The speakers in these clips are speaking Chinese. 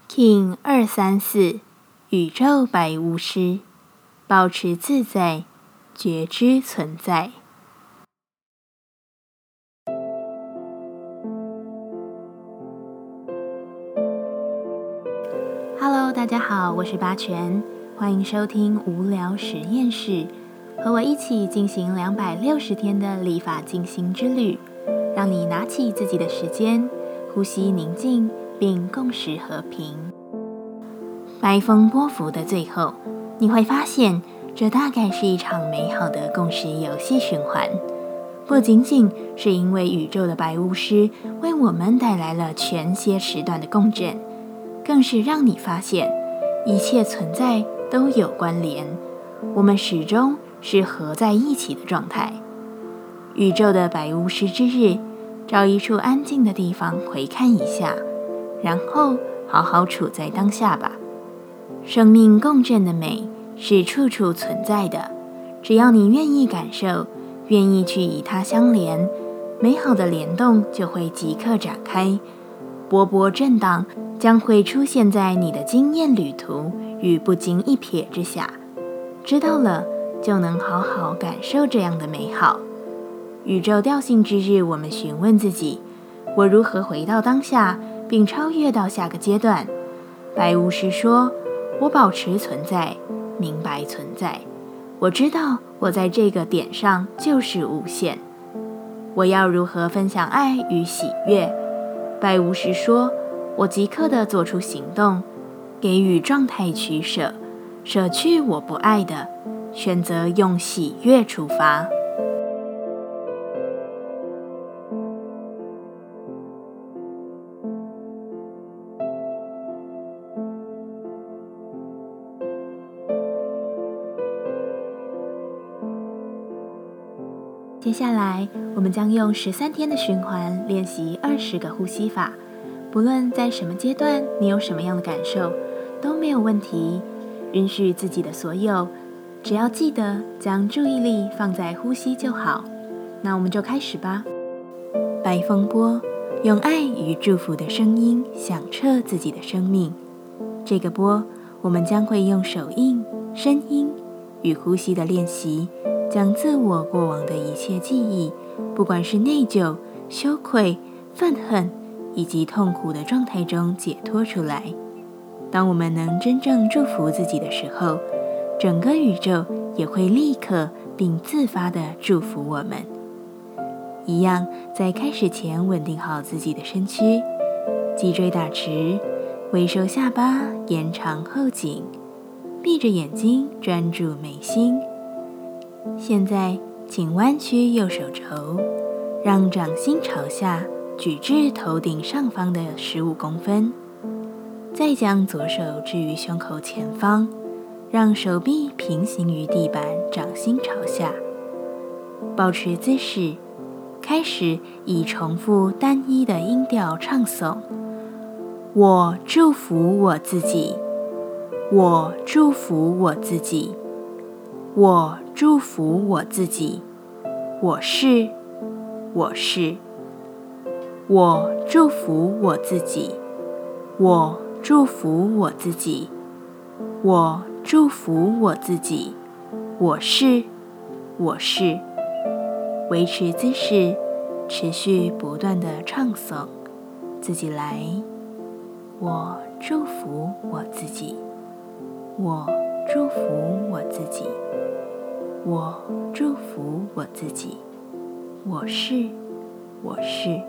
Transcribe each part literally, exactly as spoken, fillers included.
King 二三四宇宙白巫师，保持自在，觉知存在。Hello， 大家好，我是八全，欢迎收听无聊实验室，和我一起进行两百六十天的立法进行之旅，让你拿起自己的时间，呼吸宁静，并共识和平。白风波符的最后，你会发现，这大概是一场美好的共识游戏循环。不仅仅是因为宇宙的白巫师为我们带来了全些时段的共振，更是让你发现，一切存在都有关联，我们始终是合在一起的状态。宇宙的白巫师之日，找一处安静的地方回看一下，然后好好处在当下吧。生命共振的美是处处存在的，只要你愿意感受，愿意去与它相连，美好的联动就会即刻展开，波波震荡将会出现在你的经验旅途与不经一瞥之下。知道了，就能好好感受这样的美好。宇宙调性之日，我们询问自己：我如何回到当下，并超越到下个阶段？白巫师说：我保持存在，明白存在。我知道我在这个点上就是无限。我要如何分享爱与喜悦？白巫师说：我即刻地做出行动，给予状态取舍，舍去我不爱的，选择用喜悦出发。接下来，我们将用十三天的循环练习二十个呼吸法。不论在什么阶段，你有什么样的感受，都没有问题。允许自己的所有，只要记得将注意力放在呼吸就好。那我们就开始吧。白风波，用爱与祝福的声音响彻自己的生命。这个波，我们将会用手印、声音与呼吸的练习，将自我过往的一切记忆，不管是内疚、羞愧、愤恨以及痛苦的状态中解脱出来。当我们能真正祝福自己的时候，整个宇宙也会立刻并自发地祝福我们。一样，在开始前稳定好自己的身躯，脊椎打直，微收下巴，延长后颈，闭着眼睛专注眉心。现在，请弯曲右手肘，让掌心朝下，举至头顶上方的十五公分。再将左手置于胸口前方，让手臂平行于地板，掌心朝下。保持姿势，开始以重复单一的音调唱诵：我祝福我自己，我祝福我自己，我祝福我自己，我是，我是，我祝福我自己，我祝福我自己，我祝福我自己，我是，我是。维持姿势，持续不断的唱诵，自己来。我祝福我自己，我祝福我自己，我祝福我自己，我是，我是。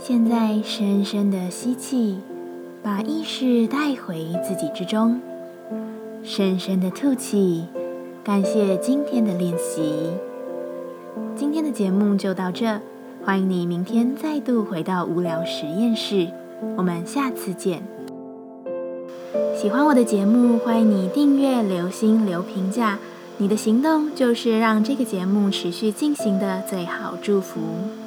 现在深深的吸气，把意识带回自己之中，深深的吐气，感谢今天的练习。今天的节目就到这，欢迎你明天再度回到无聊实验室，我们下次见。喜欢我的节目，欢迎你订阅、留心、留评价，你的行动就是让这个节目持续进行的最好祝福。